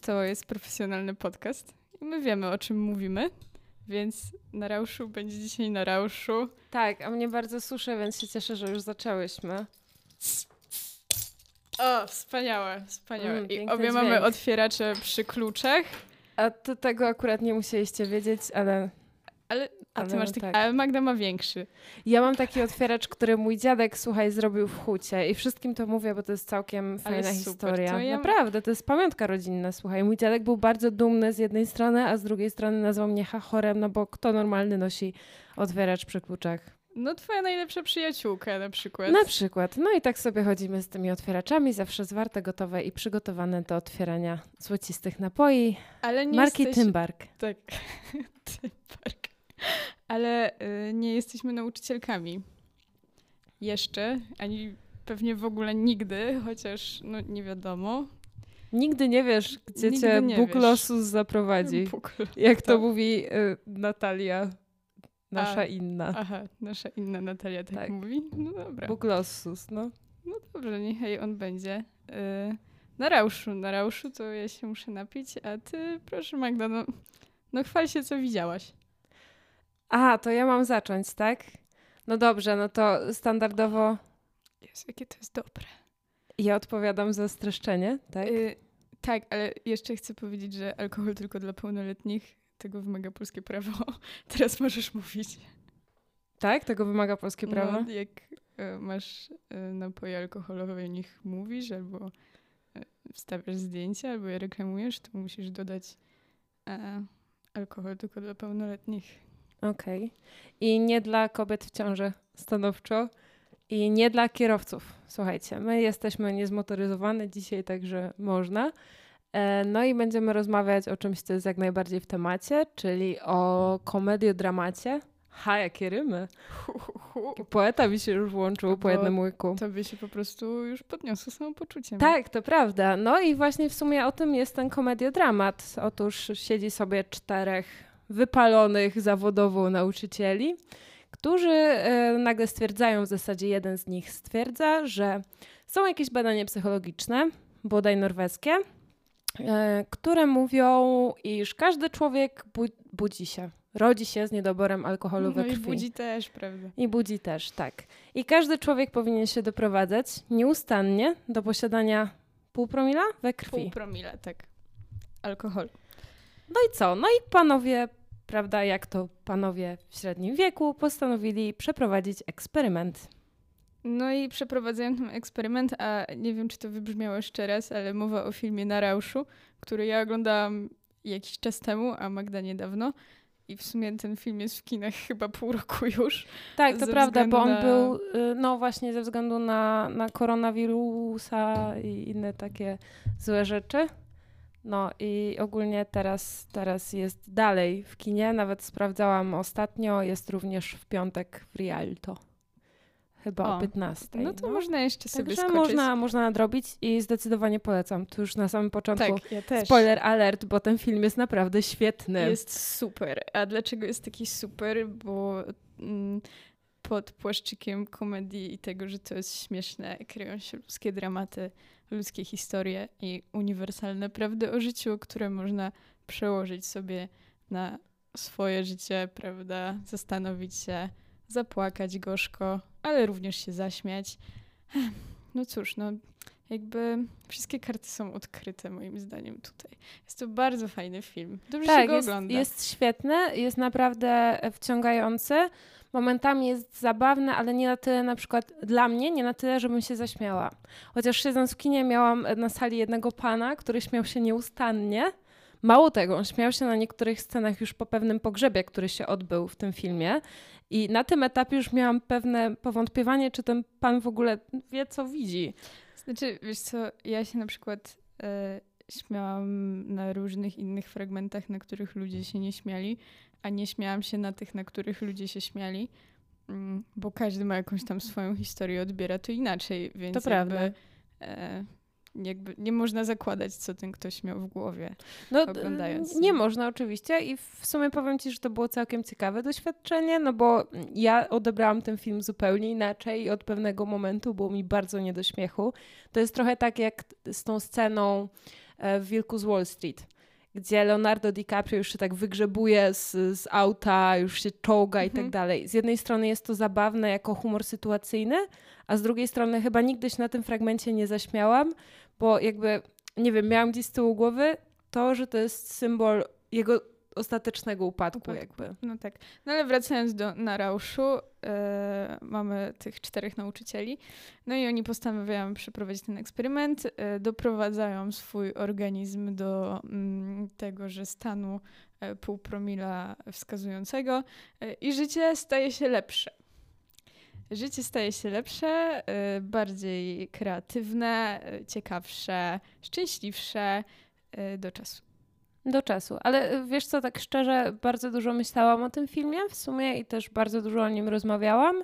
to jest profesjonalny podcast i my wiemy, o czym mówimy, więc na Rauszu będzie dzisiaj na Rauszu. Tak, a mnie bardzo suszę, więc się cieszę, że już zaczęłyśmy. O, wspaniałe. I obie dźwięk. mamy otwieracze przy kluczach. A to tego akurat nie musieliście wiedzieć, ale Ty masz taki, tak. ale Magda ma większy. Ja mam taki otwieracz, który mój dziadek, słuchaj, zrobił w hucie i wszystkim to mówię, bo to jest całkiem fajna historia. To Naprawdę, to jest pamiątka rodzinna, słuchaj. Mój dziadek był bardzo dumny z jednej strony, a z drugiej strony nazwał mnie chachorem, no bo kto normalny nosi otwieracz przy kluczach? No twoja najlepsza przyjaciółka na przykład. Na przykład. No i tak sobie chodzimy z tymi otwieraczami, zawsze zwarte, gotowe i przygotowane do otwierania złocistych napoi. Ale nie marki Tymbark. Tak, Tymbark. Ale nie jesteśmy nauczycielkami. Jeszcze, ani pewnie w ogóle nigdy, chociaż no nie wiadomo. Nigdy nie wiesz, gdzie Nigdy cię nie Bóg wiesz. losu zaprowadzi. Jak to mówi Natalia, nasza inna. Aha, nasza inna Natalia tak mówi? No dobra. Bóg losus, no. No dobrze, niechaj on będzie. Na Rauszu to ja się muszę napić, a ty, proszę Magda, no chwal się, co widziałaś. Aha, to ja mam zacząć, tak? No dobrze, no to standardowo... Jezu, jakie to jest dobre. Ja odpowiadam za streszczenie, tak? Tak, ale jeszcze chcę powiedzieć, że alkohol tylko dla pełnoletnich, tego wymaga polskie prawo. Teraz możesz mówić. Tak? Tego wymaga polskie prawo? No, jak masz napoje alkoholowe i o nich mówisz, albo wstawiasz zdjęcia, albo je reklamujesz, to musisz dodać alkohol tylko dla pełnoletnich. Okej. I nie dla kobiet w ciąży stanowczo. I nie dla kierowców. Słuchajcie, my jesteśmy niezmotoryzowane dzisiaj, także można. No i będziemy rozmawiać o czymś, co jest jak najbardziej w temacie, czyli o komediodramacie. Ha, jakie rymy. Poeta mi się już włączył po jednym łyku. To by się po prostu już podniosło samopoczuciem. Tak, to prawda. No i właśnie w sumie o tym jest ten komediodramat. Otóż siedzi sobie 4 wypalonych zawodowo nauczycieli, którzy nagle stwierdzają, w zasadzie jeden z nich stwierdza, że są jakieś badania psychologiczne, bodaj norweskie, które mówią, iż każdy człowiek rodzi się z niedoborem alkoholu we krwi. I budzi też, prawda? I budzi też, tak. I każdy człowiek powinien się doprowadzać nieustannie do posiadania 0,5 promila we krwi. 0,5 promila, tak. Alkoholu. No i co? No i panowie, prawda, jak to panowie w średnim wieku, postanowili przeprowadzić eksperyment. No i przeprowadzają ten eksperyment, a nie wiem, czy to wybrzmiało jeszcze raz, ale mowa o filmie Na Rauszu, który ja oglądałam jakiś czas temu, a Magda niedawno. I w sumie ten film jest w kinach chyba pół roku już. Tak, to prawda, bo on był, no właśnie ze względu na koronawirusa i inne takie złe rzeczy. No i ogólnie teraz jest dalej w kinie, nawet sprawdzałam ostatnio, jest również w piątek w Rialto. Chyba o 15. No to można jeszcze sobie skoczyć. Można nadrobić i zdecydowanie polecam. Tu już na samym początku tak, ja też. Spoiler alert, bo ten film jest naprawdę świetny. Jest super. A dlaczego jest taki super? Bo pod płaszczykiem komedii i tego, że to jest śmieszne, kryją się ludzkie dramaty, ludzkie historie i uniwersalne prawdy o życiu, które można przełożyć sobie na swoje życie, prawda? Zastanowić się, zapłakać gorzko, ale również się zaśmiać. No cóż, no jakby wszystkie karty są odkryte moim zdaniem tutaj. Jest to bardzo fajny film. Dobrze się go ogląda. Jest świetny, jest naprawdę wciągający. Momentami jest zabawny, ale nie na tyle na przykład dla mnie, nie na tyle, żebym się zaśmiała. Chociaż siedząc w kinie miałam na sali jednego pana, który śmiał się nieustannie. Mało tego, on śmiał się na niektórych scenach już po pewnym pogrzebie, który się odbył w tym filmie. I na tym etapie już miałam pewne powątpiewanie, czy ten pan w ogóle wie, co widzi. Znaczy, wiesz co, ja się na przykład śmiałam na różnych innych fragmentach, na których ludzie się nie śmiali, a nie śmiałam się na tych, na których ludzie się śmiali, bo każdy ma jakąś tam swoją historię, odbiera to inaczej, więc to prawda. Jakby nie można zakładać, co ten ktoś miał w głowie, oglądając. Nie można oczywiście i w sumie powiem ci, że to było całkiem ciekawe doświadczenie, no bo ja odebrałam ten film zupełnie inaczej i od pewnego momentu było mi bardzo nie do śmiechu. To jest trochę tak jak z tą sceną w Wilku z Wall Street, gdzie Leonardo DiCaprio już się tak wygrzebuje z auta, już się czołga i tak dalej. Z jednej strony jest to zabawne jako humor sytuacyjny, a z drugiej strony chyba nigdy się na tym fragmencie nie zaśmiałam, bo jakby, nie wiem, miałam gdzieś z tyłu głowy to, że to jest symbol jego ostatecznego upadku. Jakby. No tak. No ale wracając na Rauszu, mamy tych 4 nauczycieli, no i oni postanawiają przeprowadzić ten eksperyment, doprowadzają swój organizm do tego, że stanu pół promila wskazującego i życie staje się lepsze. Życie staje się lepsze, bardziej kreatywne, ciekawsze, szczęśliwsze do czasu. Do czasu. Ale wiesz co, tak szczerze, bardzo dużo myślałam o tym filmie w sumie i też bardzo dużo o nim rozmawiałam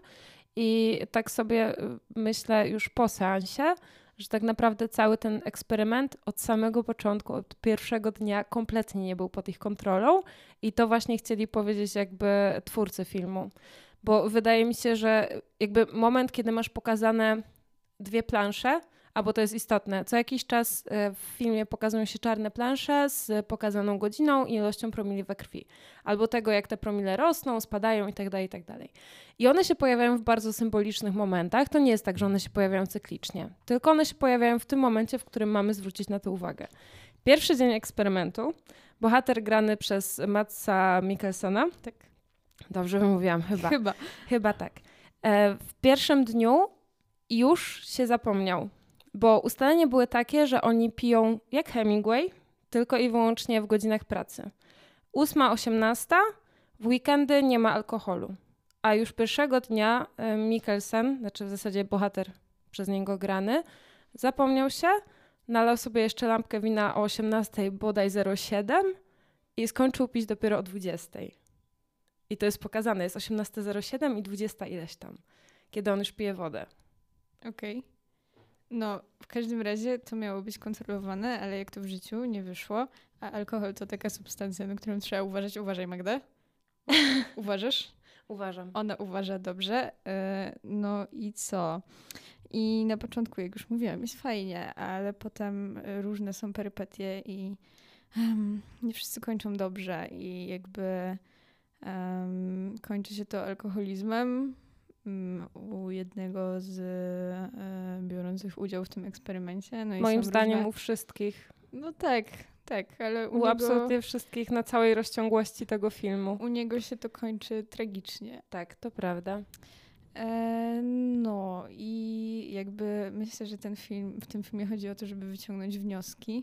i tak sobie myślę już po seansie, że tak naprawdę cały ten eksperyment od samego początku, od pierwszego dnia kompletnie nie był pod ich kontrolą i to właśnie chcieli powiedzieć jakby twórcy filmu. Bo wydaje mi się, że jakby moment, kiedy masz pokazane 2 plansze, bo to jest istotne. Co jakiś czas w filmie pokazują się czarne plansze z pokazaną godziną i ilością promili we krwi. Albo tego, jak te promile rosną, spadają itd., itd. I one się pojawiają w bardzo symbolicznych momentach. To nie jest tak, że one się pojawiają cyklicznie. Tylko one się pojawiają w tym momencie, w którym mamy zwrócić na to uwagę. Pierwszy dzień eksperymentu. Bohater grany przez Madsa Mikkelsena. Tak. Dobrze wymówiłam, chyba. Chyba tak. W pierwszym dniu już się zapomniał. Bo ustalenia były takie, że oni piją jak Hemingway, tylko i wyłącznie w godzinach pracy. 8:18, w weekendy nie ma alkoholu. A już pierwszego dnia Mikkelsen, znaczy w zasadzie bohater przez niego grany, zapomniał się, nalał sobie jeszcze lampkę wina o 18:00 bodaj 07 i skończył pić dopiero o 20:00. I to jest pokazane, jest 18:07 i 20 ileś tam, kiedy on już pije wodę. Okej. No, w każdym razie to miało być kontrolowane, ale jak to w życiu nie wyszło, a alkohol to taka substancja, na którą trzeba uważać. Uważaj, Magda. Uważasz? Uważam. Ona uważa dobrze. No i co? I na początku, jak już mówiłam, jest fajnie, ale potem różne są perypetie i nie wszyscy kończą dobrze i jakby kończy się to alkoholizmem u jednego z biorących udział w tym eksperymencie. No i moim zdaniem różne... u wszystkich. No tak, ale u absolutnie wszystkich na całej rozciągłości tego filmu. U niego się to kończy tragicznie. Tak, to prawda. No i jakby myślę, że w tym filmie chodzi o to, żeby wyciągnąć wnioski.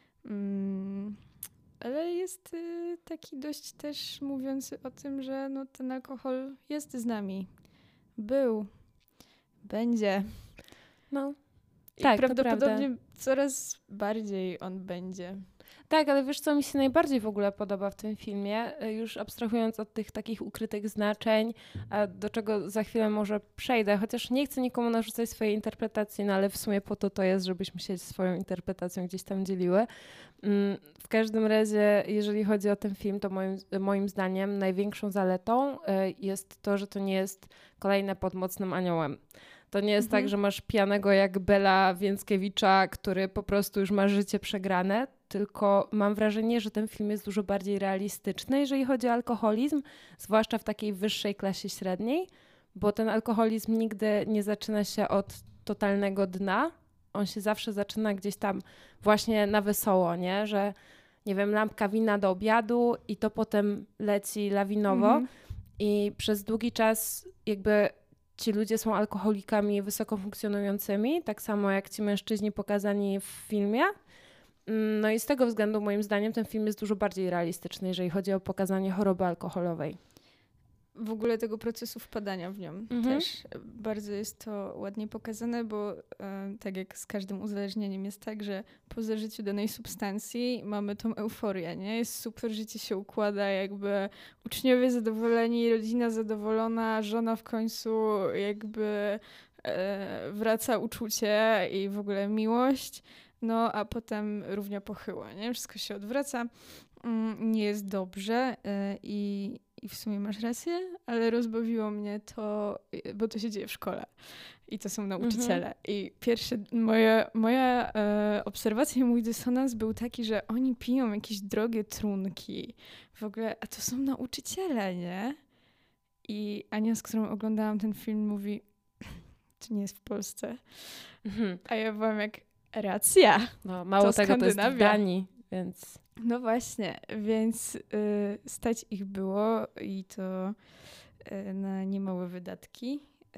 Ale jest taki dość też mówiący o tym, że no, ten alkohol jest z nami. Był. Będzie. No. I tak, prawdopodobnie coraz bardziej on będzie. Tak, ale wiesz co mi się najbardziej w ogóle podoba w tym filmie, już abstrahując od tych takich ukrytych znaczeń, a do czego za chwilę może przejdę, chociaż nie chcę nikomu narzucać swojej interpretacji, no ale w sumie po to jest, żebyśmy się swoją interpretacją gdzieś tam dzieliły. W każdym razie, jeżeli chodzi o ten film, to moim zdaniem największą zaletą jest to, że to nie jest kolejne Pod mocnym aniołem. To nie jest tak, że masz pijanego jak Bela Więckiewicza, który po prostu już ma życie przegrane, tylko mam wrażenie, że ten film jest dużo bardziej realistyczny, jeżeli chodzi o alkoholizm, zwłaszcza w takiej wyższej klasie średniej, bo ten alkoholizm nigdy nie zaczyna się od totalnego dna. On się zawsze zaczyna gdzieś tam właśnie na wesoło, nie? Że nie wiem, lampka wina do obiadu i to potem leci lawinowo i przez długi czas jakby ci ludzie są alkoholikami wysoko funkcjonującymi, tak samo jak ci mężczyźni pokazani w filmie. No i z tego względu moim zdaniem ten film jest dużo bardziej realistyczny, jeżeli chodzi o pokazanie choroby alkoholowej. W ogóle tego procesu wpadania w nią też bardzo jest to ładnie pokazane, bo tak jak z każdym uzależnieniem jest tak, że po zażyciu danej substancji mamy tą euforię, nie? Jest super, życie się układa, jakby uczniowie zadowoleni, rodzina zadowolona, żona w końcu jakby wraca uczucie i w ogóle miłość, no a potem równia pochyła, nie? Wszystko się odwraca, nie jest dobrze i w sumie masz rację, ale rozbawiło mnie to, bo to się dzieje w szkole. i to są nauczyciele. I pierwsze, moja obserwacja i mój dysonans był taki, że oni piją jakieś drogie trunki. W ogóle, a to są nauczyciele, nie? I Ania, z którą oglądałam ten film, mówi, to nie jest w Polsce. A ja byłam jak, racja. No, mało to tego, to jest w Danii, więc... No właśnie, więc stać ich było i to na niemałe wydatki.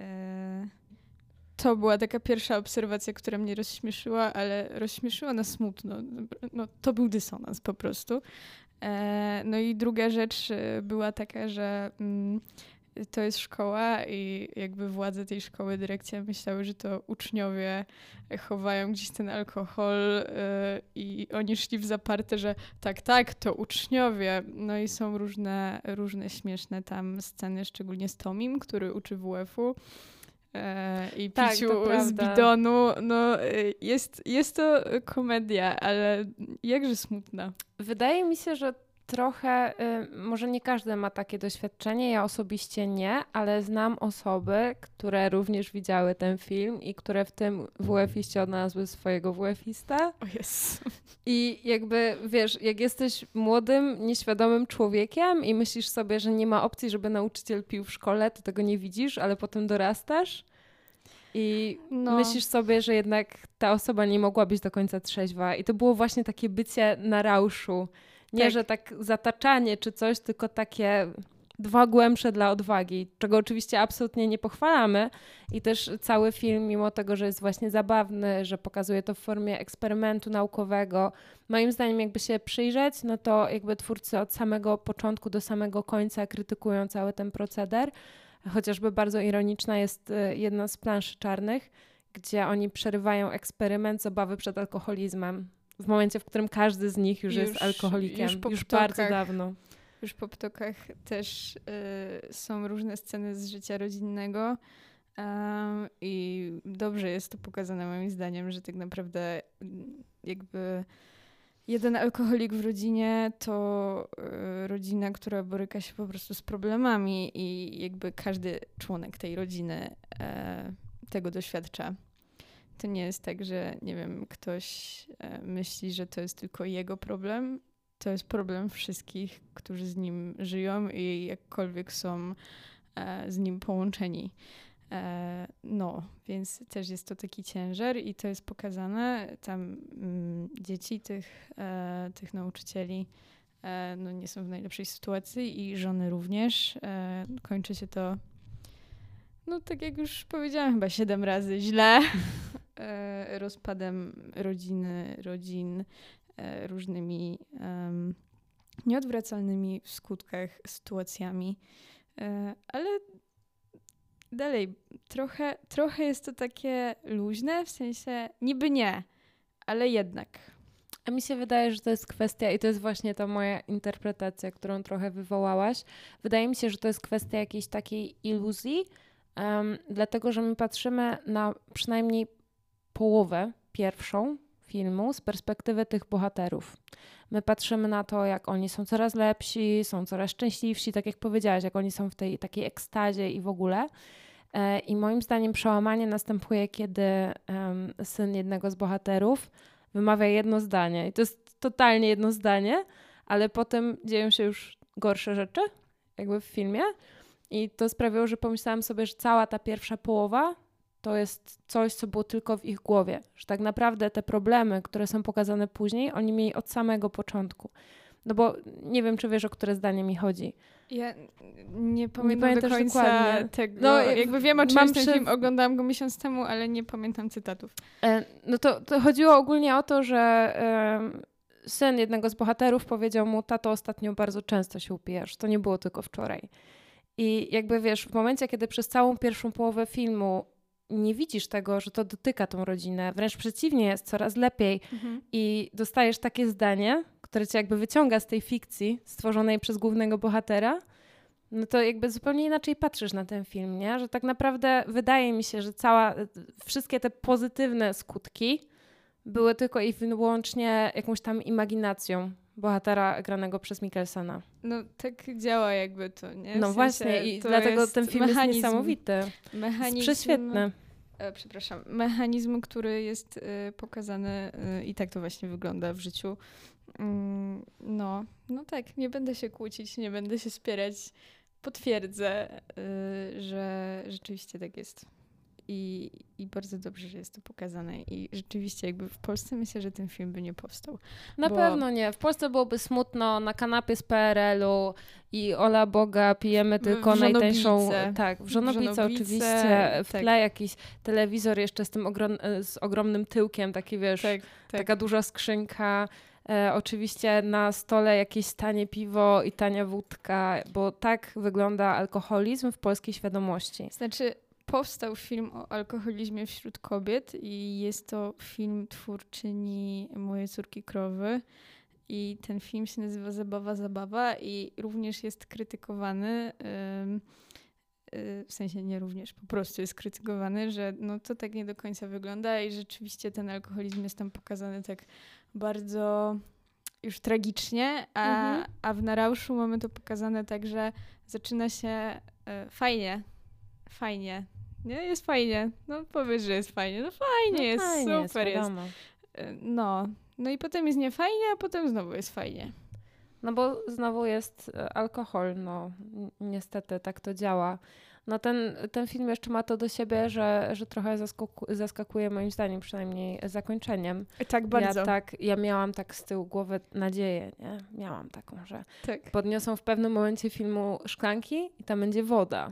To była taka pierwsza obserwacja, która mnie rozśmieszyła, ale rozśmieszyła na smutno. No, to był dysonans po prostu. No i druga rzecz była taka, że to jest szkoła i jakby władze tej szkoły, dyrekcja myślały, że to uczniowie chowają gdzieś ten alkohol i oni szli w zaparte, że tak, to uczniowie. No i są różne śmieszne tam sceny, szczególnie z Tomim, który uczy WF-u. I piciu z bidonu. No, jest to komedia, ale jakże smutna. Wydaje mi się, że trochę, może nie każdy ma takie doświadczenie, ja osobiście nie, ale znam osoby, które również widziały ten film i które w tym WF-iście odnalazły swojego WF-ista. O Jezu. I jakby, wiesz, jak jesteś młodym, nieświadomym człowiekiem i myślisz sobie, że nie ma opcji, żeby nauczyciel pił w szkole, to tego nie widzisz, ale potem dorastasz i myślisz sobie, że jednak ta osoba nie mogła być do końca trzeźwa. I to było właśnie takie bycie na rauszu. Nie, że tak zataczanie czy coś, tylko takie 2 głębsze dla odwagi, czego oczywiście absolutnie nie pochwalamy. I też cały film, mimo tego, że jest właśnie zabawny, że pokazuje to w formie eksperymentu naukowego, moim zdaniem jakby się przyjrzeć, no to jakby twórcy od samego początku do samego końca krytykują cały ten proceder. Chociażby bardzo ironiczna jest jedna z planszy czarnych, gdzie oni przerywają eksperyment z obawy przed alkoholizmem. W momencie, w którym każdy z nich już jest alkoholikiem. Już bardzo dawno. Już po ptokach też są różne sceny z życia rodzinnego i dobrze jest to pokazane moim zdaniem, że tak naprawdę jakby jeden alkoholik w rodzinie to rodzina, która boryka się po prostu z problemami i jakby każdy członek tej rodziny tego doświadcza. To nie jest tak, że nie wiem, ktoś myśli, że to jest tylko jego problem. To jest problem wszystkich, którzy z nim żyją i jakkolwiek są z nim połączeni. No, więc też jest to taki ciężar i to jest pokazane. Tam dzieci tych nauczycieli no, nie są w najlepszej sytuacji i żony również. Kończy się to, no tak jak już powiedziałam, chyba 7 razy źle. Rozpadem rodzin, różnymi nieodwracalnymi w skutkach sytuacjami. Ale dalej, trochę jest to takie luźne, w sensie niby nie, ale jednak. A mi się wydaje, że to jest kwestia, i to jest właśnie ta moja interpretacja, którą trochę wywołałaś. Wydaje mi się, że to jest kwestia jakiejś takiej iluzji, dlatego że my patrzymy na przynajmniej połowę pierwszą filmu z perspektywy tych bohaterów. My patrzymy na to, jak oni są coraz lepsi, są coraz szczęśliwsi, tak jak powiedziałaś, jak oni są w tej takiej ekstazie i w ogóle. I moim zdaniem przełamanie następuje, kiedy syn jednego z bohaterów wymawia jedno zdanie. I to jest totalnie jedno zdanie, ale potem dzieją się już gorsze rzeczy, jakby w filmie. I to sprawiło, że pomyślałam sobie, że cała ta pierwsza połowa to jest coś, co było tylko w ich głowie. Że tak naprawdę te problemy, które są pokazane później, oni mieli od samego początku. No bo nie wiem, czy wiesz, o które zdanie mi chodzi. Ja nie pamiętam do końca dokładnie tego. No, jakby wiem, o czym jest ten film, oglądałam go miesiąc temu, ale nie pamiętam cytatów. No to chodziło ogólnie o to, że syn jednego z bohaterów powiedział mu: tato, ostatnio bardzo często się upijasz. To nie było tylko wczoraj. I jakby wiesz, w momencie, kiedy przez całą pierwszą połowę filmu nie widzisz tego, że to dotyka tą rodzinę, wręcz przeciwnie, jest coraz lepiej i dostajesz takie zdanie, które cię jakby wyciąga z tej fikcji stworzonej przez głównego bohatera, no to jakby zupełnie inaczej patrzysz na ten film, nie? Że tak naprawdę wydaje mi się, że wszystkie te pozytywne skutki były tylko i wyłącznie jakąś tam imaginacją bohatera granego przez Mikkelsena. No tak działa jakby to, nie? No właśnie i dlatego ten film jest niesamowity. Mechanizm jest prześwietny. mechanizmu, który jest pokazany i tak to właśnie wygląda w życiu. No tak, nie będę się kłócić, nie będę się spierać. Potwierdzę, że rzeczywiście tak jest. I bardzo dobrze, że jest to pokazane. I rzeczywiście jakby w Polsce myślę, że ten film by nie powstał. Na pewno nie. W Polsce byłoby smutno na kanapie z PRL-u i ola Boga, pijemy tylko najtańszą... Tak, w Żonobice oczywiście. W tle jakiś telewizor jeszcze z tym z ogromnym tyłkiem, taki wiesz, taka duża skrzynka. Oczywiście na stole jakieś tanie piwo i tania wódka, bo tak wygląda alkoholizm w polskiej świadomości. Znaczy, powstał film o alkoholizmie wśród kobiet i jest to film twórczyni Moje córki krowy. I ten film się nazywa Zabawa i również jest krytykowany, w sensie nie również, po prostu jest krytykowany, że no to tak nie do końca wygląda i rzeczywiście ten alkoholizm jest tam pokazany tak bardzo już tragicznie, a w Na rauszu mamy to pokazane tak, że zaczyna się fajnie. Nie? Jest fajnie. No powiedz, że jest fajnie. No fajnie, jest super. Jest. No i potem jest niefajnie, a potem znowu jest fajnie. No bo znowu jest alkohol, no niestety tak to działa. No ten film jeszcze ma to do siebie, że trochę zaskakuje moim zdaniem, przynajmniej zakończeniem. Tak bardzo. Ja miałam tak z tyłu głowy nadzieję, nie? Miałam taką, że podniosą w pewnym momencie filmu szklanki i tam będzie woda.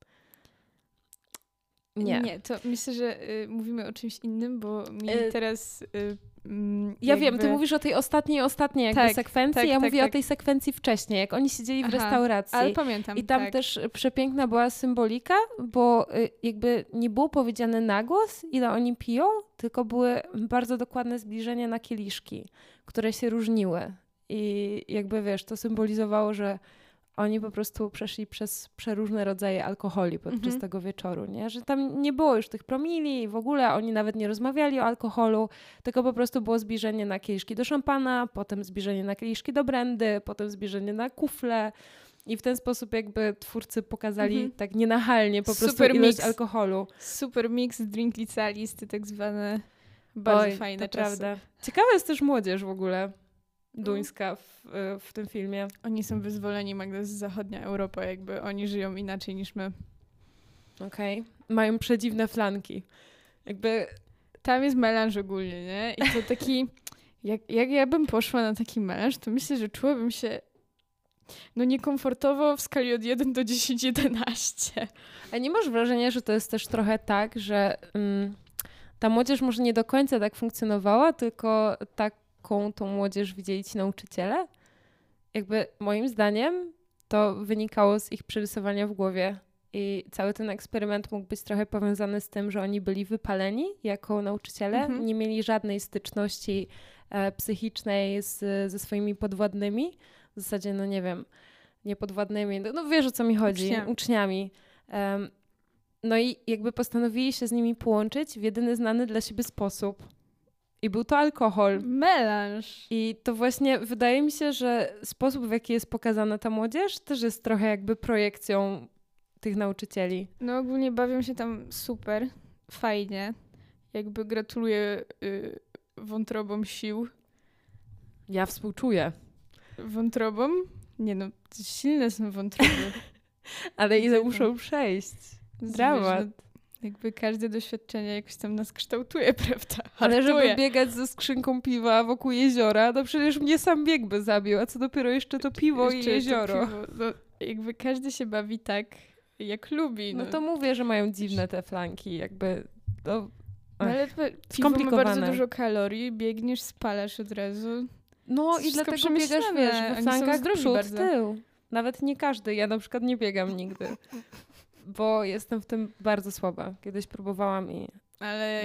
Nie, to myślę, że mówimy o czymś innym, bo mi teraz... Ja wiem, ty mówisz o tej ostatniej jakby sekwencji, ja mówię o tej sekwencji wcześniej, jak oni siedzieli w restauracji. Ale pamiętam, i tam też przepiękna była symbolika, bo jakby nie było powiedziane na głos, ile oni piją, tylko były bardzo dokładne zbliżenia na kieliszki, które się różniły. I jakby wiesz, to symbolizowało, że oni po prostu przeszli przez przeróżne rodzaje alkoholi podczas tego wieczoru, nie? Że tam nie było już tych promili i w ogóle oni nawet nie rozmawiali o alkoholu, tylko po prostu było zbliżenie na kieliszki do szampana, potem zbliżenie na kieliszki do brandy, potem zbliżenie na kufle i w ten sposób jakby twórcy pokazali tak nienachalnie po prostu ilość alkoholu. Super mix, drink licealisty tak zwane, bardzo fajne czasy. Prawda. Ciekawa jest też młodzież w ogóle. Duńska w tym filmie. Oni są wyzwoleni, Magda, z zachodnia Europa, jakby oni żyją inaczej niż my. Okej. Mają przedziwne flanki. Jakby... Tam jest melanż ogólnie, nie? I to taki... Jak ja bym poszła na taki melanż, to myślę, że czułabym się niekomfortowo w skali od 1 do 10, 11. A nie masz wrażenia, że to jest też trochę tak, że ta młodzież może nie do końca tak funkcjonowała, tylko taką tą młodzież widzieli ci nauczyciele? Jakby moim zdaniem to wynikało z ich przerysowania w głowie i cały ten eksperyment mógł być trochę powiązany z tym, że oni byli wypaleni jako nauczyciele, nie mieli żadnej styczności psychicznej z ze swoimi podwładnymi, w zasadzie nie wiem, nie podwładnymi, wiesz o co mi chodzi, uczniami. No i jakby postanowili się z nimi połączyć w jedyny znany dla siebie sposób. I był to alkohol. Melanż. I to właśnie wydaje mi się, że sposób, w jaki jest pokazana ta młodzież, też jest trochę jakby projekcją tych nauczycieli. No ogólnie bawią się tam super, fajnie. Jakby gratuluję wątrobom sił. Ja współczuję. Wątrobom? Nie silne są wątroby. Ale ile muszą przejść? Dramat. Jakby każde doświadczenie jakoś tam nas kształtuje, prawda? Ale żeby biegać ze skrzynką piwa wokół jeziora, no przecież mnie sam bieg by zabił, a co dopiero jeszcze to piwo i jezioro. Jakby każdy się bawi tak, jak lubi. No to mówię, że mają dziwne te flanki, jakby ale piwo ma bardzo dużo kalorii, biegniesz, spalasz od razu. No i dlatego biegasz, wiesz, we flankach przód, tył. Nawet nie każdy, ja na przykład nie biegam nigdy. Bo jestem w tym bardzo słaba. Kiedyś próbowałam i... Ale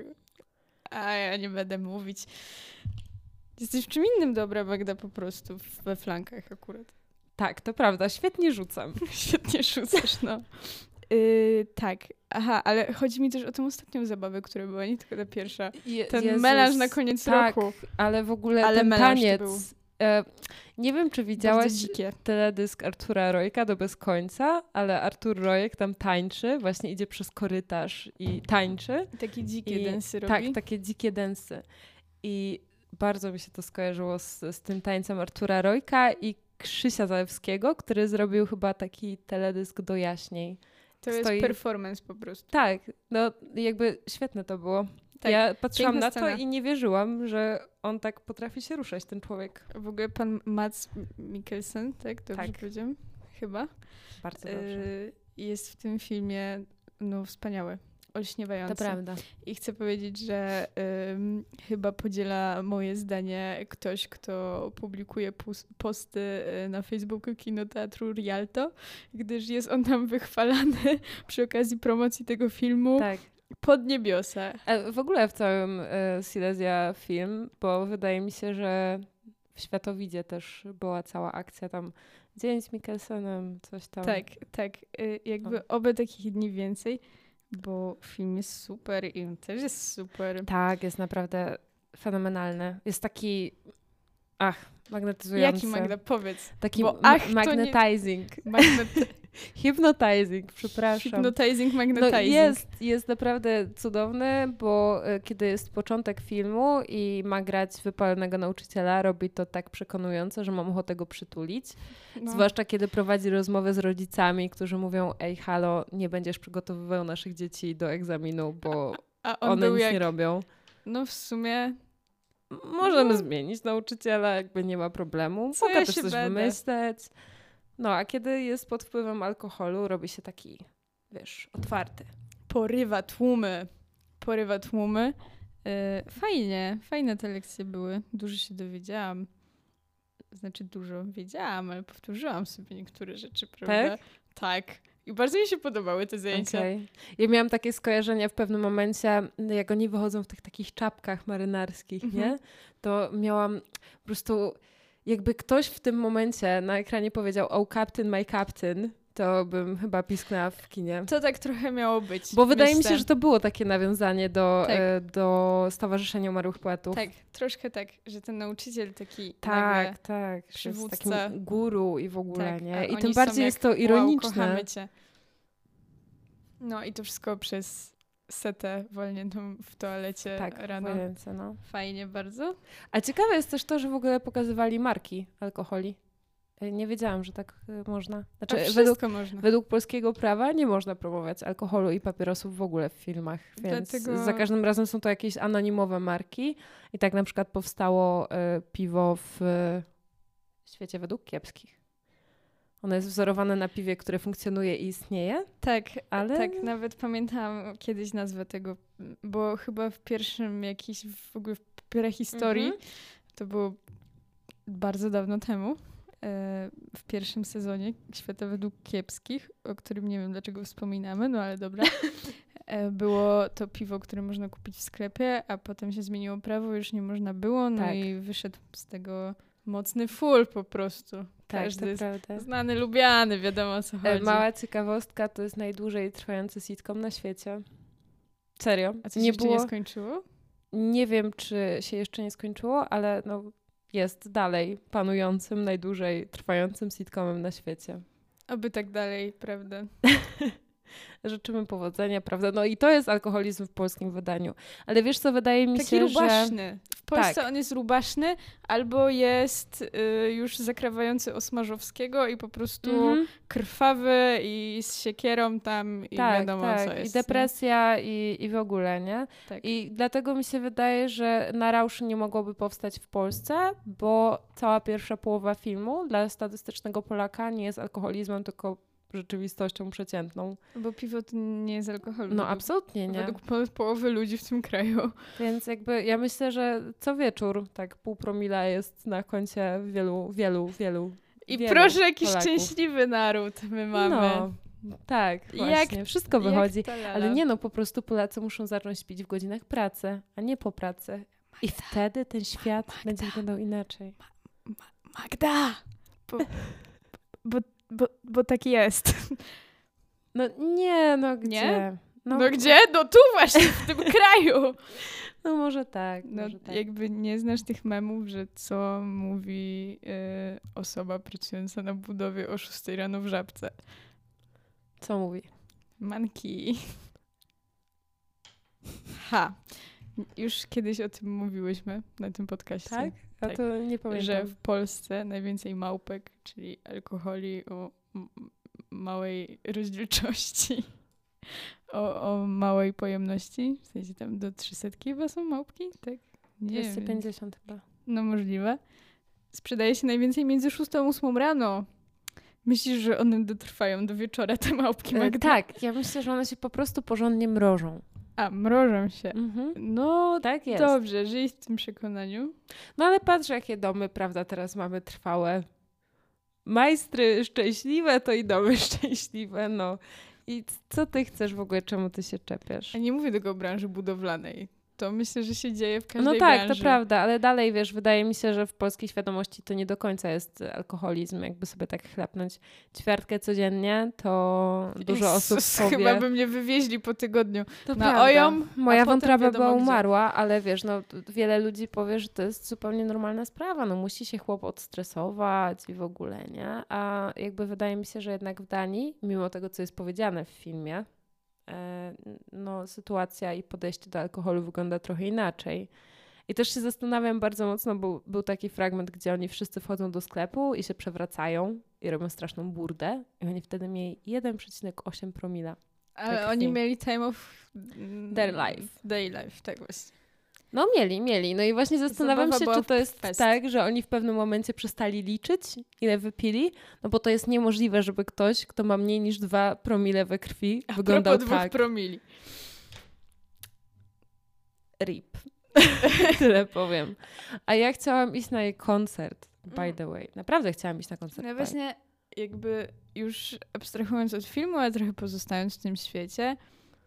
ja nie będę mówić. Jesteś w czym innym dobra, Magda, po prostu we flankach akurat. Tak, to prawda. Świetnie rzucam. Świetnie rzucasz, no. Tak. Aha, ale chodzi mi też o tę ostatnią zabawę, która była, nie tylko ta pierwsza. Ten melanż na koniec roku. Ale w ogóle ten taniec Nie wiem, czy widziałaś teledysk Artura Rojka do bez końca, ale Artur Rojek tam tańczy, właśnie idzie przez korytarz i tańczy. Takie dzikie densy robi. Tak, takie dzikie densy. I bardzo mi się to skojarzyło z tym tańcem Artura Rojka i Krzysia Zalewskiego, który zrobił chyba taki teledysk do Jaśniej. To jest performance po prostu. Tak, no jakby świetne to było. Tak, ja patrzyłam na to i nie wierzyłam, że on tak potrafi się ruszać, ten człowiek. W ogóle pan Mads Mikkelsen, tak? Dobrze powiedziałem? Chyba. Bardzo dobrze. Jest w tym filmie wspaniały, olśniewający. To prawda. I chcę powiedzieć, że chyba podziela moje zdanie ktoś, kto publikuje posty na Facebooku Kinoteatru Rialto, gdyż jest on tam wychwalany przy okazji promocji tego filmu. Tak. Pod niebiosa. W ogóle w całym Silesia film, bo wydaje mi się, że w Światowidzie też była cała akcja tam dzień z Mikkelsenem, coś tam. Tak. Jakby oby takich dni więcej, bo film jest super i on też jest super. Tak, jest naprawdę fenomenalny. Jest taki magnetyzujący. Jaki Magda? Powiedz. Taki magnetizing. Hypnotizing, przepraszam. Hypnotizing, magnetizing. Jest naprawdę cudowny, bo kiedy jest początek filmu i ma grać wypalonego nauczyciela, robi to tak przekonująco, że mam ochotę go przytulić. Zwłaszcza kiedy prowadzi rozmowę z rodzicami, którzy mówią: ej, halo, nie będziesz przygotowywał naszych dzieci do egzaminu, bo one nic nie robią. No w sumie... Możemy zmienić nauczyciela, jakby nie ma problemu. Mogę też coś wymyśleć. No, a kiedy jest pod wpływem alkoholu, robi się taki, otwarty. Porywa tłumy. Fajne te lekcje były. Dużo się dowiedziałam. Znaczy dużo wiedziałam, ale powtórzyłam sobie niektóre rzeczy, prawda? Tak. I bardzo mi się podobały te zajęcia. Okay. Ja miałam takie skojarzenia w pewnym momencie, jak oni wychodzą w tych takich czapkach marynarskich, nie? To miałam po prostu, jakby ktoś w tym momencie na ekranie powiedział: "Oh, Captain, my Captain", to bym chyba pisknęła w kinie. To tak trochę miało być. Bo wydaje mi się, że to było takie nawiązanie do Stowarzyszenia Umarłych Poetów. Tak, troszkę tak, że ten nauczyciel taki tak, przywódca. Jest takim guru i w ogóle, nie? I tym bardziej jest to ironiczne. Kochamy cię. No i to wszystko przez setę walniętą w toalecie rano. Tak, w łazience, no. Fajnie bardzo. A ciekawe jest też to, że w ogóle pokazywali marki alkoholi. Nie wiedziałam, że tak można. Znaczy, według polskiego prawa nie można promować alkoholu i papierosów w ogóle w filmach, więc za każdym razem są to jakieś anonimowe marki. I tak na przykład powstało piwo w Świecie według kiepskich. Ono jest wzorowane na piwie, które funkcjonuje i istnieje. Tak, ale... tak, nawet pamiętałam kiedyś nazwę tego, bo chyba w pierwszym w ogóle w prehistorii, to było bardzo dawno temu, w pierwszym sezonie Świata według kiepskich, o którym nie wiem dlaczego wspominamy, no ale dobra. Było to piwo, które można kupić w sklepie, a potem się zmieniło prawo, już nie można było, no i wyszedł z tego mocny full po prostu. Każdy znany, lubiany, wiadomo o co chodzi. Mała ciekawostka, to jest najdłużej trwający sitcom na świecie. Serio. A co się jeszcze nie skończyło? Nie wiem, czy się jeszcze nie skończyło, ale jest dalej panującym, najdłużej trwającym sitcomem na świecie. Oby tak dalej, prawda? Życzymy powodzenia, prawda? No i to jest alkoholizm w polskim wydaniu. Ale wiesz co, wydaje mi się, rubaszny. W Polsce on jest rubaszny, albo jest już zakrawający Osmarzowskiego i po prostu krwawy i z siekierą tam i wiadomo co jest. I depresja i w ogóle, nie? Tak. I dlatego mi się wydaje, że Na Rausz nie mogłoby powstać w Polsce, bo cała pierwsza połowa filmu dla statystycznego Polaka nie jest alkoholizmem, tylko rzeczywistością przeciętną. Bo piwo to nie jest alkohol. No absolutnie nie. Według ponad połowy ludzi w tym kraju. Więc jakby ja myślę, że co wieczór tak 0,5 promila jest na koncie wielu I proszę, jaki szczęśliwy naród my mamy. No, tak, właśnie. Wszystko wychodzi. Ale po prostu Polacy muszą zacząć pić w godzinach pracy, a nie po pracy. Magda, i wtedy ten świat będzie wyglądał inaczej. Magda! Bo tak jest. No nie, no gdzie? Nie? No gdzie? No tu właśnie, w tym kraju. No może tak, No, może tak. jakby nie znasz tych memów, że co mówi osoba pracująca na budowie o 6 rano w Żabce. Co mówi? Manki. Ha. Już kiedyś o tym mówiłyśmy na tym podcaście. Tak? Ja Tak. to nie pamiętam. Że w Polsce najwięcej małpek, czyli alkoholi o małej rozdzielczości, o małej pojemności, w sensie tam do 300 chyba są małpki, tak? Nie 250 chyba. No możliwe. Sprzedaje się najwięcej między 6 a 8 rano. Myślisz, że one dotrwają do wieczora, te małpki, Magda? Tak, ja myślę, że one się po prostu porządnie mrożą. A, mrożą się. No, tak jest. Dobrze, żyj w tym przekonaniu. No ale patrz, jakie domy, prawda, teraz mamy trwałe. Majstry szczęśliwe, to i domy szczęśliwe, no. I co ty chcesz w ogóle, czemu ty się czepiasz? Ja nie mówię tylko o branży budowlanej. To myślę, że się dzieje w każdej No tak, branży. to prawda, ale dalej, wiesz, wydaje mi się, że w polskiej świadomości to nie do końca jest alkoholizm. Jakby sobie tak chlapnąć ćwiartkę codziennie, to dużo osób powie... Chyba by mnie wywieźli po tygodniu. To na prawda. Ojom, moja wątroba wiadomo była gdzie. umarła, ale wiesz, no wiele ludzi powie, że to jest zupełnie normalna sprawa. No musi się chłop odstresować i w ogóle, nie? A jakby wydaje mi się, że jednak w Danii, mimo tego, co jest powiedziane w filmie, no, sytuacja i podejście do alkoholu wygląda trochę inaczej. I też się zastanawiam bardzo mocno, bo był taki fragment, gdzie oni wszyscy wchodzą do sklepu i się przewracają i robią straszną burdę i oni wtedy mieli 1,8 promila. Ale tak oni film. mieli time of Their life. Day life, tak właśnie. No mieli. No i właśnie zastanawiam Zabawa się, była czy to w jest kwestii. tak, że oni w pewnym momencie przestali liczyć, ile wypili, no bo to jest niemożliwe, żeby ktoś, kto ma mniej niż 2 promile we krwi, wyglądał propos 2 tak. promili. RIP. Tyle powiem. A ja chciałam iść na jej koncert, by the way. Naprawdę chciałam iść na koncert. No właśnie jakby już abstrahując od filmu, ale trochę pozostając w tym świecie,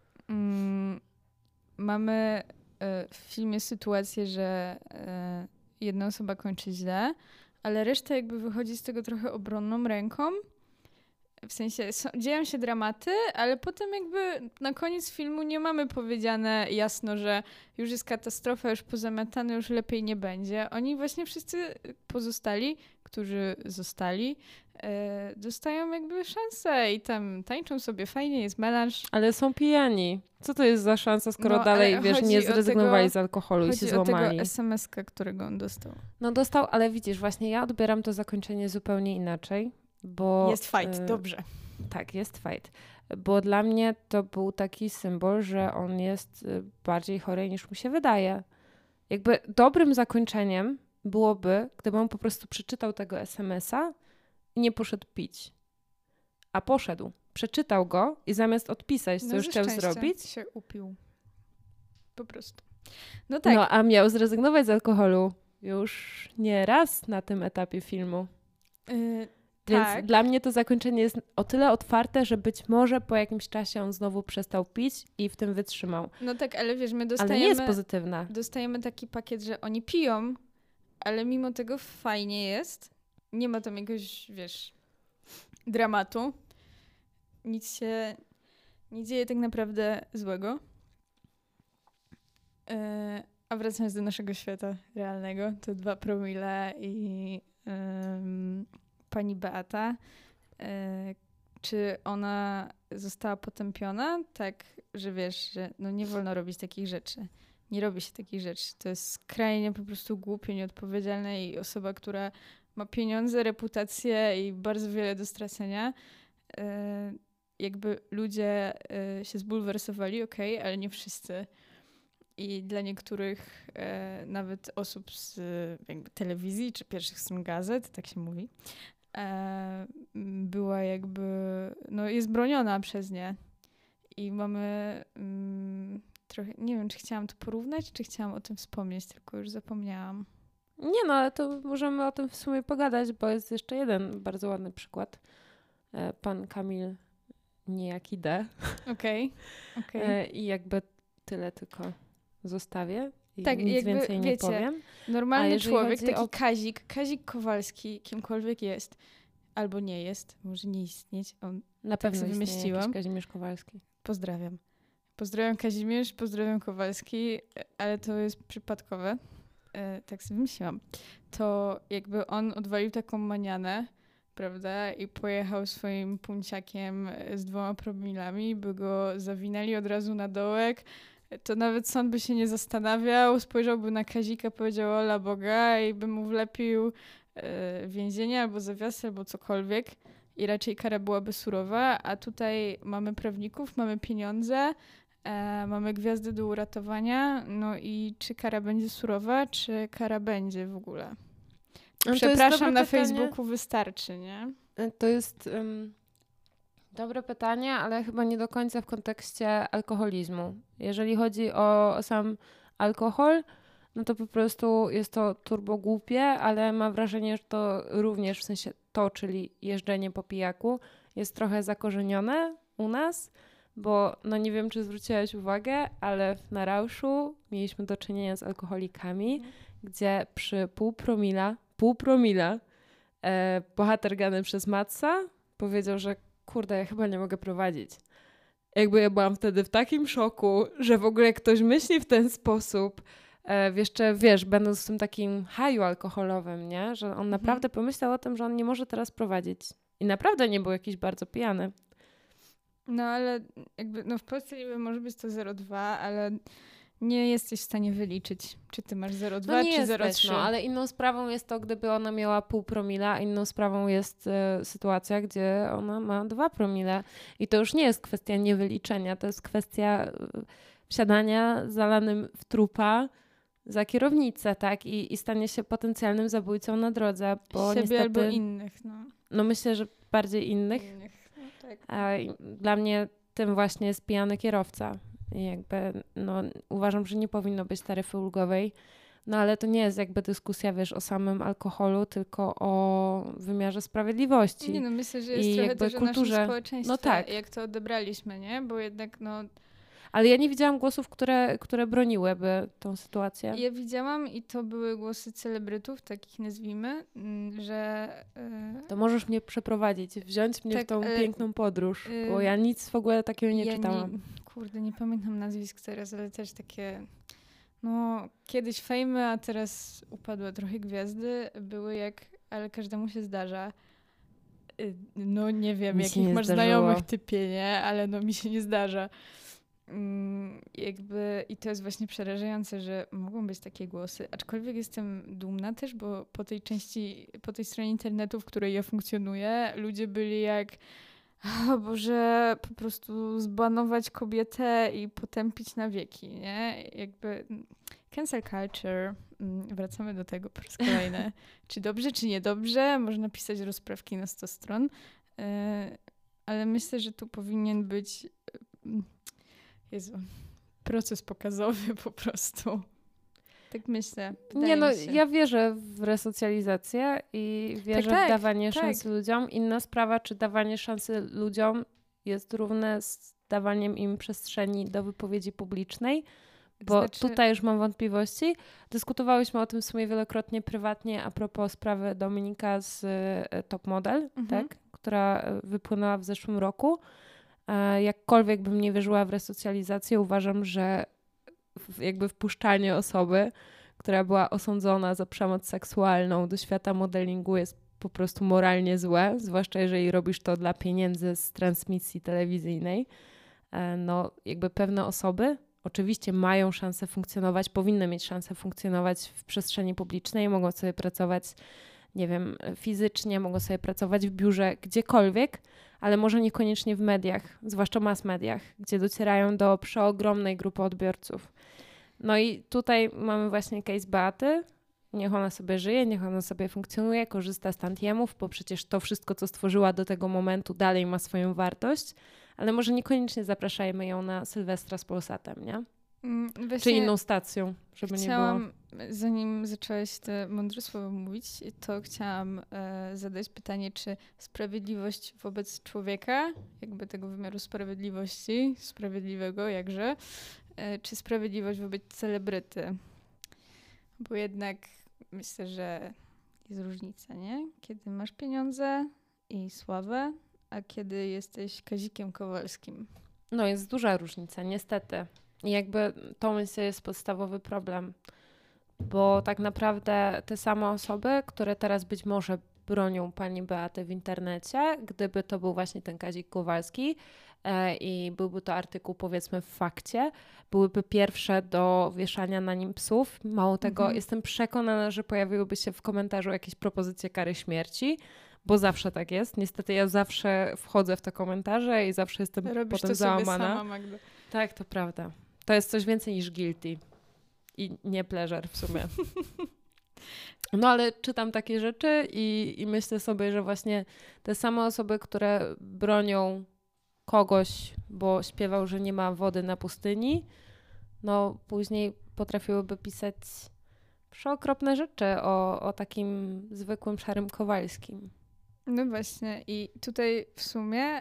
mamy w filmie sytuację, że jedna osoba kończy źle, ale reszta jakby wychodzi z tego trochę obronną ręką. W sensie dzieją się dramaty, ale potem jakby na koniec filmu nie mamy powiedziane jasno, że już jest katastrofa, już pozamiatane, już lepiej nie będzie. Oni właśnie wszyscy pozostali, którzy zostali, dostają jakby szansę i tam tańczą sobie fajnie, jest melanż. Ale są pijani. Co to jest za szansa, skoro No, dalej, ale wiesz, chodzi nie o zrezygnowali tego- z alkoholu i się Chodzi o złamali? tego SMS-ka, którego on dostał. No dostał, ale widzisz, właśnie ja odbieram to zakończenie zupełnie inaczej, bo... Jest fight, dobrze. Tak, jest fight. Bo dla mnie to był taki symbol, że on jest bardziej chory niż mu się wydaje. Jakby dobrym zakończeniem byłoby, gdyby on po prostu przeczytał tego SMS-a i nie poszedł pić. A poszedł. Przeczytał go i zamiast odpisać, co No, już ze chciał szczęścia zrobić, się upił. Po prostu. No tak. no a miał zrezygnować z alkoholu już nie raz na tym etapie filmu. Więc tak. dla mnie to zakończenie jest o tyle otwarte, że być może po jakimś czasie on znowu przestał pić i w tym wytrzymał. No tak, ale wiesz, my Ale nie jest pozytywna. dostajemy taki pakiet, że oni piją, ale mimo tego fajnie jest. Nie ma tam jakiegoś, wiesz, dramatu. Nic się nie dzieje tak naprawdę złego. A wracając do naszego świata realnego, to 2 promile i pani Beata. Czy ona została potępiona? Tak, że wiesz, że no nie wolno robić takich rzeczy. Nie robi się takich rzeczy. To jest skrajnie po prostu głupie, nieodpowiedzialne i osoba, która ma pieniądze, reputację i bardzo wiele do stracenia. Jakby ludzie się zbulwersowali, okej, ale nie wszyscy. I dla niektórych nawet osób z jakby telewizji czy pierwszych stron gazet, tak się mówi, była jakby, no jest broniona przez nie. I mamy trochę, nie wiem, czy chciałam to porównać, czy chciałam o tym wspomnieć, tylko już zapomniałam. Nie no, ale to możemy o tym w sumie pogadać, bo jest jeszcze jeden bardzo ładny przykład. Pan Kamil niejaki D. Okej. I jakby tyle tylko zostawię i Tak, nic jakby, więcej nie wiecie, powiem. A Normalny jeżeli człowiek, chodzi taki o- Kazik Kowalski, kimkolwiek jest, albo nie jest, może nie istnieć, on Na tak pewno sobie istnieje wymyśliłam. jakiś Kazimierz Kowalski. Pozdrawiam. Pozdrawiam Kazimierz, pozdrawiam Kowalski, ale to jest przypadkowe. Tak sobie myślałam. To jakby on odwalił taką manianę, prawda, i pojechał swoim punciakiem z 2 promilami, by go zawinęli od razu na dołek, to nawet sąd by się nie zastanawiał, spojrzałby na Kazika, powiedział ola Boga i by mu wlepił więzienie albo zawiasy, albo cokolwiek i raczej kara byłaby surowa, a tutaj mamy prawników, mamy pieniądze, mamy gwiazdy do uratowania, no i czy kara będzie surowa, czy kara będzie w ogóle? Przepraszam, na Facebooku wystarczy, nie? To jest dobre pytanie, ale chyba nie do końca w kontekście alkoholizmu. Jeżeli chodzi o sam alkohol, no to po prostu jest to turbo głupie, ale mam wrażenie, że to również, w sensie to, czyli jeżdżenie po pijaku, jest trochę zakorzenione u nas, bo no nie wiem, czy zwróciłaś uwagę, ale na Rauszu mieliśmy do czynienia z alkoholikami, gdzie przy pół promila bohater grany przez Matsa powiedział, że kurde, ja chyba nie mogę prowadzić. Jakby ja byłam wtedy w takim szoku, że w ogóle ktoś myśli w ten sposób, jeszcze wiesz, będąc w tym takim haju alkoholowym, nie? Że on naprawdę pomyślał o tym, że on nie może teraz prowadzić. I naprawdę nie był jakiś bardzo pijany. No ale jakby, no w Polsce niby może być to 0,2, ale nie jesteś w stanie wyliczyć, czy ty masz 0,2 no czy 0,3. No, ale inną sprawą jest to, gdyby ona miała pół promila, a inną sprawą jest sytuacja, gdzie ona ma 2 promile. I to już nie jest kwestia niewyliczenia, to jest kwestia wsiadania zalanym w trupa za kierownicę, tak? I stanie się potencjalnym zabójcą na drodze, bo siebie niestety... albo innych, no. No myślę, że bardziej innych. No, tak. A dla mnie tym właśnie jest pijany kierowca. I jakby, no, uważam, że nie powinno być taryfy ulgowej, no ale to nie jest jakby dyskusja, wiesz, o samym alkoholu, tylko o wymiarze sprawiedliwości. Nie no, myślę, że jest i trochę jakby też kulturze. o naszym społeczeństwie, no tak. jak to odebraliśmy, nie? Bo jednak, no... Ale ja nie widziałam głosów, które broniłyby tą sytuację. Ja widziałam i to były głosy celebrytów, takich nazwijmy, że... To możesz mnie przeprowadzić, wziąć mnie tak, w tą piękną podróż, bo ja nic w ogóle takiego nie czytałam. Kurde, nie pamiętam nazwisk teraz, ale też takie... No, kiedyś fejmy, a teraz upadły trochę gwiazdy, były jak... Ale każdemu się zdarza. No nie wiem, jakich masz znajomych typie, nie? Ale no mi się nie zdarza. Jakby i to jest właśnie przerażające, że mogą być takie głosy, aczkolwiek jestem dumna też, bo po tej stronie internetu, w której ja funkcjonuję, ludzie byli jak o Boże, po prostu zbanować kobietę i potępić na wieki, nie? Jakby cancel culture, wracamy do tego po raz kolejny. Czy dobrze, czy niedobrze? Można pisać rozprawki na 100 stron, ale myślę, że tu powinien być proces pokazowy po prostu. Tak myślę. Nie no, ja wierzę w resocjalizację i wierzę w dawanie szansy ludziom. Inna sprawa, czy dawanie szansy ludziom jest równe z dawaniem im przestrzeni do wypowiedzi publicznej, bo tutaj już mam wątpliwości. Dyskutowałyśmy o tym w sumie wielokrotnie prywatnie a propos sprawy Dominika z Top Model, tak, która wypłynęła w zeszłym roku. Jakkolwiek bym nie wierzyła w resocjalizację, uważam, że jakby wpuszczanie osoby, która była osądzona za przemoc seksualną do świata modelingu jest po prostu moralnie złe, zwłaszcza jeżeli robisz to dla pieniędzy z transmisji telewizyjnej. No jakby pewne osoby oczywiście mają szansę funkcjonować, powinny mieć szansę funkcjonować w przestrzeni publicznej, mogą sobie pracować, nie wiem, fizycznie, mogą sobie pracować w biurze, gdziekolwiek, ale może niekoniecznie w mediach, zwłaszcza mass mediach, gdzie docierają do przeogromnej grupy odbiorców. No i tutaj mamy właśnie case Beaty. Niech ona sobie żyje, niech ona sobie funkcjonuje, korzysta z tantiemów, bo przecież to wszystko, co stworzyła do tego momentu, dalej ma swoją wartość, ale może niekoniecznie zapraszajmy ją na Sylwestra z Polsatem, nie? Czy inną stacją, żeby nie było. Zanim zaczęłaś te mądre słowa mówić, to chciałam zadać pytanie, czy sprawiedliwość wobec człowieka, jakby tego wymiaru sprawiedliwości, sprawiedliwego jakże, czy sprawiedliwość wobec celebryty? Bo jednak myślę, że jest różnica, nie? Kiedy masz pieniądze i sławę, a kiedy jesteś Kazikiem Kowalskim. No jest duża różnica, niestety. I jakby to myślę jest podstawowy problem, bo tak naprawdę te same osoby, które teraz być może bronią pani Beaty w internecie, gdyby to był właśnie ten Kazik Kowalski i byłby to artykuł powiedzmy w Fakcie, byłyby pierwsze do wieszania na nim psów. Mało tego, jestem przekonana, że pojawiłyby się w komentarzu jakieś propozycje kary śmierci, bo zawsze tak jest. Niestety ja zawsze wchodzę w te komentarze i zawsze jestem Robisz potem to sobie załamana. sama, Magda. Tak, to prawda. To jest coś więcej niż guilty. I nie pleasure w sumie. No ale czytam takie rzeczy i myślę sobie, że właśnie te same osoby, które bronią kogoś, bo śpiewał, że nie ma wody na pustyni, no później potrafiłyby pisać przeokropne rzeczy o takim zwykłym szarym Kowalskim. No właśnie i tutaj w sumie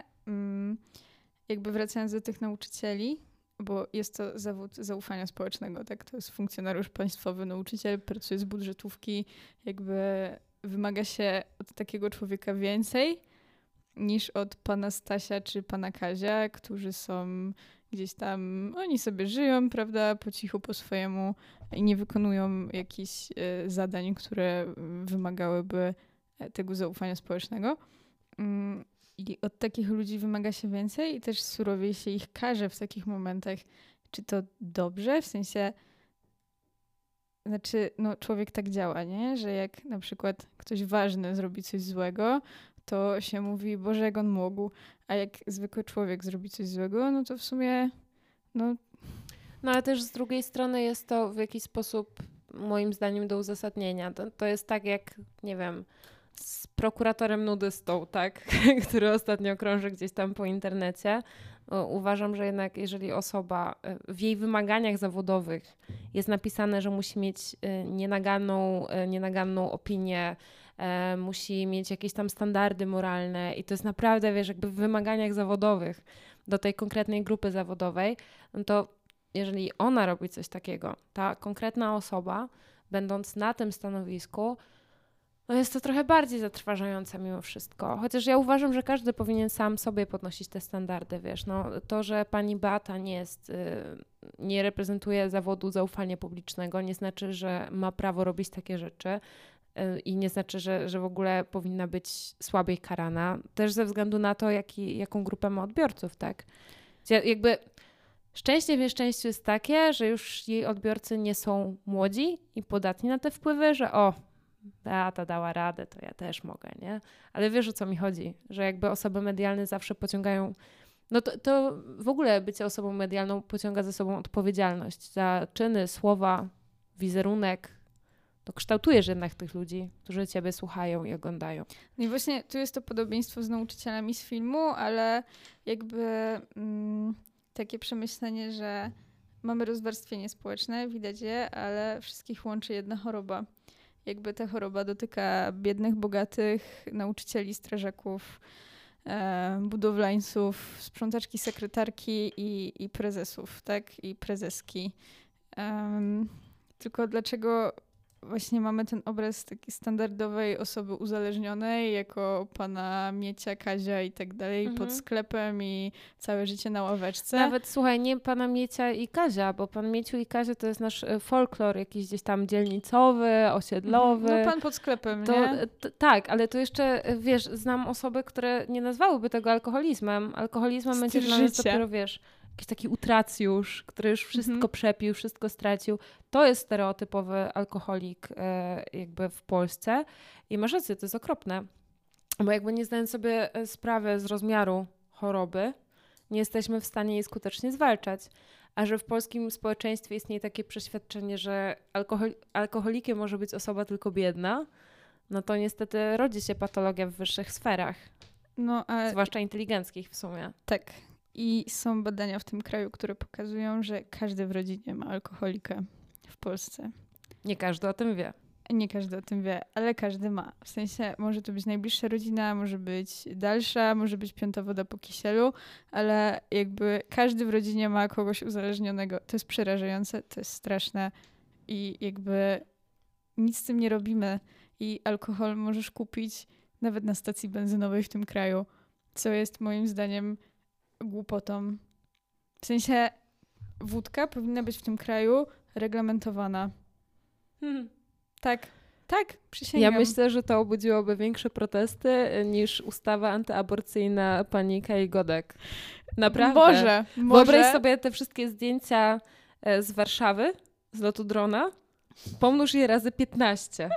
jakby wracając do tych nauczycieli, bo jest to zawód zaufania społecznego, tak? To jest funkcjonariusz państwowy, nauczyciel, pracuje z budżetówki, jakby wymaga się od takiego człowieka więcej niż od pana Stasia czy pana Kazia, którzy są gdzieś tam, oni sobie żyją, prawda, po cichu, po swojemu i nie wykonują jakichś zadań, które wymagałyby tego zaufania społecznego. I od takich ludzi wymaga się więcej i też surowiej się ich karze w takich momentach. Czy to dobrze? W sensie, znaczy, no człowiek tak działa, nie? Że jak na przykład ktoś ważny zrobi coś złego, to się mówi, Boże, jak on mógł. A jak zwykły człowiek zrobi coś złego, no to w sumie, no... No ale też z drugiej strony jest to w jakiś sposób, moim zdaniem, do uzasadnienia. To jest tak jak, nie wiem, z prokuratorem nudystą, tak, który ostatnio krąży gdzieś tam po internecie. Uważam, że jednak jeżeli osoba w jej wymaganiach zawodowych jest napisane, że musi mieć nienaganną opinię, musi mieć jakieś tam standardy moralne i to jest naprawdę, wiesz, jakby w wymaganiach zawodowych do tej konkretnej grupy zawodowej, no to jeżeli ona robi coś takiego, ta konkretna osoba, będąc na tym stanowisku, no jest to trochę bardziej zatrważające mimo wszystko. Chociaż ja uważam, że każdy powinien sam sobie podnosić te standardy, wiesz. No, to, że pani Beata nie reprezentuje zawodu zaufania publicznego, nie znaczy, że ma prawo robić takie rzeczy i nie znaczy, że w ogóle powinna być słabiej karana. Też ze względu na to, jaką grupę ma odbiorców, tak? Jakby szczęście w nieszczęściu jest takie, że już jej odbiorcy nie są młodzi i podatni na te wpływy, że Beata dała radę, to ja też mogę, nie? Ale wiesz, o co mi chodzi, że jakby osoby medialne zawsze pociągają, no to w ogóle bycie osobą medialną pociąga ze sobą odpowiedzialność za czyny, słowa, wizerunek. To kształtujesz jednak tych ludzi, którzy ciebie słuchają i oglądają. No i właśnie tu jest to podobieństwo z nauczycielami z filmu, ale jakby takie przemyślenie, że mamy rozwarstwienie społeczne, widać je, ale wszystkich łączy jedna choroba. Jakby ta choroba dotyka biednych, bogatych, nauczycieli, strażaków, budowlańców, sprzątaczki, sekretarki i prezesów, tak? I prezeski. Tylko dlaczego właśnie mamy ten obraz takiej standardowej osoby uzależnionej, jako pana Miecia, Kazia i tak dalej, pod sklepem i całe życie na ławeczce. Nawet, słuchaj, nie pana Miecia i Kazia, bo pan Mieciu i Kazia to jest nasz folklor jakiś gdzieś tam dzielnicowy, osiedlowy. No pan pod sklepem, nie? Tak, ale to jeszcze, wiesz, znam osoby, które nie nazwałyby tego alkoholizmem. Alkoholizmem będzie dla nas dopiero, wiesz, jakiś taki utracjusz, który już wszystko przepił, wszystko stracił. To jest stereotypowy alkoholik jakby w Polsce. I masz rację, to jest okropne. Bo jakby nie zdając sobie sprawy z rozmiaru choroby, nie jesteśmy w stanie jej skutecznie zwalczać. A że w polskim społeczeństwie istnieje takie przeświadczenie, że alkoholikiem może być osoba tylko biedna, no to niestety rodzi się patologia w wyższych sferach. No, zwłaszcza inteligenckich w sumie. Tak. I są badania w tym kraju, które pokazują, że każdy w rodzinie ma alkoholika w Polsce. Nie każdy o tym wie. Nie każdy o tym wie, ale każdy ma. W sensie może to być najbliższa rodzina, może być dalsza, może być piąta woda po kisielu, ale jakby każdy w rodzinie ma kogoś uzależnionego. To jest przerażające, to jest straszne i jakby nic z tym nie robimy. I alkohol możesz kupić nawet na stacji benzynowej w tym kraju, co jest moim zdaniem głupotą. W sensie wódka powinna być w tym kraju reglamentowana. Tak, przysięgam. Ja myślę, że to obudziłoby większe protesty niż ustawa antyaborcyjna pani Kai Godek. Naprawdę. Może. Wyobraź sobie te wszystkie zdjęcia z Warszawy, z lotu drona, pomnóż je razy 15.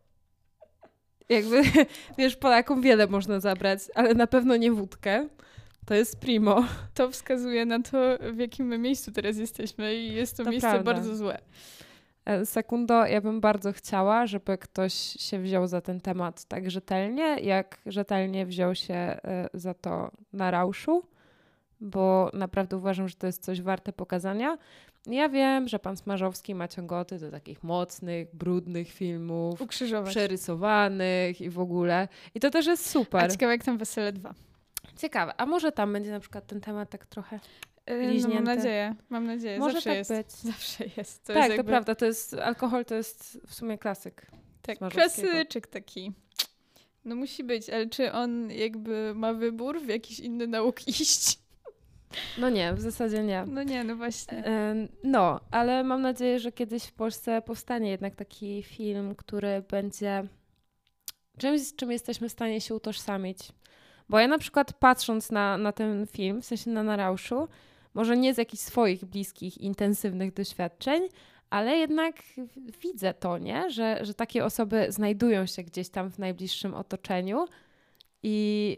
Jakby, wiesz, Polakom wiele można zabrać, ale na pewno nie wódkę. To jest primo. To wskazuje na to, w jakim my miejscu teraz jesteśmy i jest to miejsce prawda. bardzo złe. Sekundo, ja bym bardzo chciała, żeby ktoś się wziął za ten temat tak rzetelnie, jak rzetelnie wziął się za to na Rauszu, bo naprawdę uważam, że to jest coś warte pokazania. Ja wiem, że pan Smarzowski ma ciągoty do takich mocnych, brudnych filmów, Ukrzyżować. przerysowanych i w ogóle. I to też jest super. A ciekawe, jak tam Wesele 2. Ciekawe. A może tam będzie na przykład ten temat tak trochę No, liźnięty? mam nadzieję. Może Zawsze tak jest. być. Zawsze jest. To Tak, jest to prawda. To jest, alkohol to jest w sumie klasyk. Tak, Smarzowskiego. klasyczek taki. No musi być, ale czy on jakby ma wybór w jakiś inny nauk iść? No nie, w zasadzie nie. No nie, no właśnie. No, ale mam nadzieję, że kiedyś w Polsce powstanie jednak taki film, który będzie czymś, z czym jesteśmy w stanie się utożsamić. Bo ja na przykład patrząc na ten film, w sensie na Rauszu, może nie z jakichś swoich bliskich, intensywnych doświadczeń, ale jednak widzę to, nie? Że takie osoby znajdują się gdzieś tam w najbliższym otoczeniu i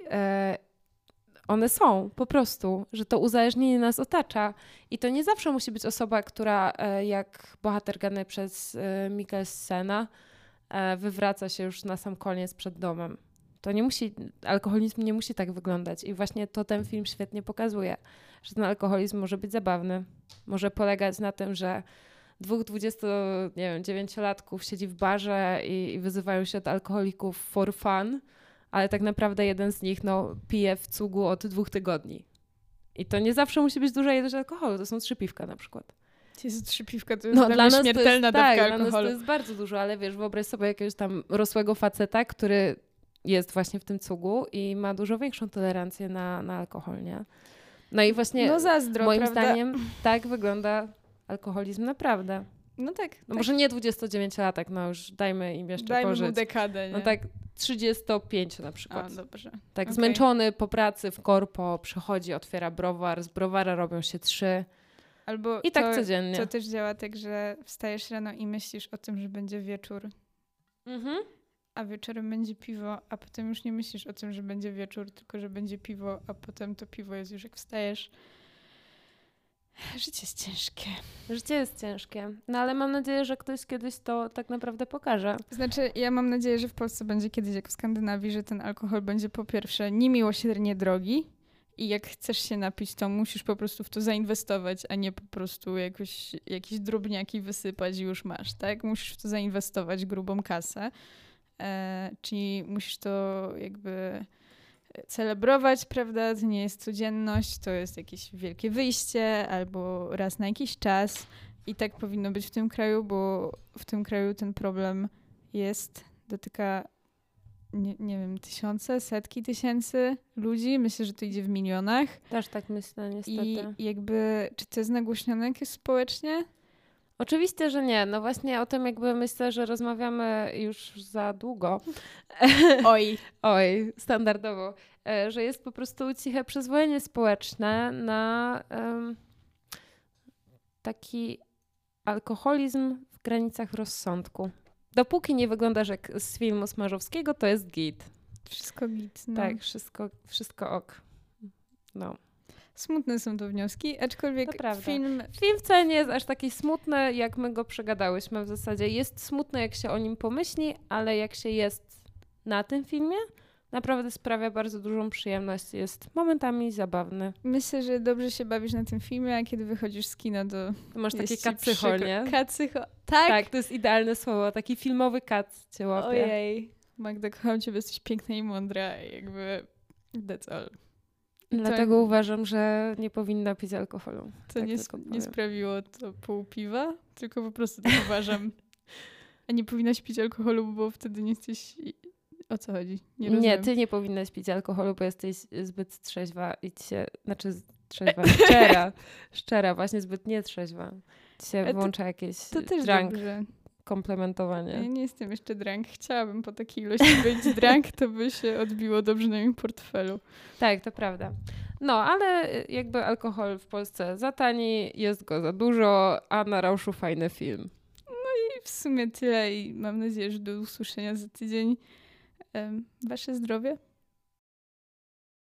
one są po prostu, że to uzależnienie nas otacza. I to nie zawsze musi być osoba, która jak bohater grany przez Mikkelsena wywraca się już na sam koniec przed domem. To nie musi, alkoholizm nie musi tak wyglądać. I właśnie to ten film świetnie pokazuje, że ten alkoholizm może być zabawny. Może polegać na tym, że 9-latków siedzi w barze i wyzywają się od alkoholików for fun, ale tak naprawdę jeden z nich pije w cugu od 2 tygodni. I to nie zawsze musi być duża ilość alkoholu, to są 3 piwka na przykład. Jest 3 piwka, to jest dla mnie śmiertelna dawka alkoholu. Dla nas to jest bardzo dużo, ale wiesz, wyobraź sobie jakiegoś tam rosłego faceta, który jest właśnie w tym cugu i ma dużo większą tolerancję na alkohol, nie? No i właśnie zazdro, moim prawda? zdaniem tak wygląda alkoholizm naprawdę. No tak. No może nie 29-latek, już dajmy im jeszcze dajmy pożyć. mu dekadę, nie? No tak 35 na przykład. A, dobrze. Tak, zmęczony po pracy w korpo, przychodzi, otwiera browar, z browara robią się 3. Albo i tak codziennie. To też działa tak, że wstajesz rano i myślisz o tym, że będzie wieczór. Mhm. A wieczorem będzie piwo, a potem już nie myślisz o tym, że będzie wieczór, tylko że będzie piwo, a potem to piwo jest już jak wstajesz. Życie jest ciężkie. Życie jest ciężkie. No ale mam nadzieję, że ktoś kiedyś to tak naprawdę pokaże. Znaczy, ja mam nadzieję, że w Polsce będzie kiedyś jak w Skandynawii, że ten alkohol będzie po pierwsze niemiłosiernie drogi i jak chcesz się napić, to musisz po prostu w to zainwestować, a nie po prostu jakieś drobniaki wysypać i już masz, tak? Musisz w to zainwestować grubą kasę. Czyli musisz to jakby celebrować, prawda? To nie jest codzienność, to jest jakieś wielkie wyjście albo raz na jakiś czas i tak powinno być w tym kraju, bo w tym kraju ten problem dotyka nie wiem, tysiące, setki tysięcy ludzi. Myślę, że to idzie w milionach. Też tak myślę, niestety. I jakby, czy to jest nagłośnione jakieś społecznie? Oczywiście, że nie. No właśnie o tym jakby myślę, że rozmawiamy już za długo. Oj, standardowo. Że jest po prostu ciche przyzwolenie społeczne na taki alkoholizm w granicach rozsądku. Dopóki nie wyglądasz jak z filmu Smarzowskiego, to jest git. Wszystko git, no. Tak, wszystko ok. No. Smutne są to wnioski, aczkolwiek film wcale nie jest aż taki smutny, jak my go przegadałyśmy w zasadzie. Jest smutny, jak się o nim pomyśli, ale jak się jest na tym filmie, naprawdę sprawia bardzo dużą przyjemność. Jest momentami zabawny. Myślę, że dobrze się bawisz na tym filmie, a kiedy wychodzisz z kina, to masz takie kacycho, nie? Kacycho. Tak? Tak, to jest idealne słowo. Taki filmowy kac cię łapie. Ojej. Magda, kocham ciebie, jesteś piękna i mądra. Jakby that's all. Dlatego uważam, że nie powinna pić alkoholu. To tak nie sprawiło to pół piwa, tylko po prostu tak uważam. A nie powinnaś pić alkoholu, bo wtedy nie jesteś... O co chodzi? Nie, ty nie powinnaś pić alkoholu, bo jesteś zbyt trzeźwa i trzeźwa, szczera, właśnie zbyt nietrzeźwa. Dzisiaj włącza jakieś to też drunk dobrze. komplementowanie. Ja nie jestem jeszcze drunk. Chciałabym po takiej ilości być drunk, to by się odbiło dobrze na moim portfelu. Tak, to prawda. No, ale jakby alkohol w Polsce za tani, jest go za dużo, a na Rauszu fajny film. I w sumie tyle i mam nadzieję, że do usłyszenia za tydzień. Wasze zdrowie.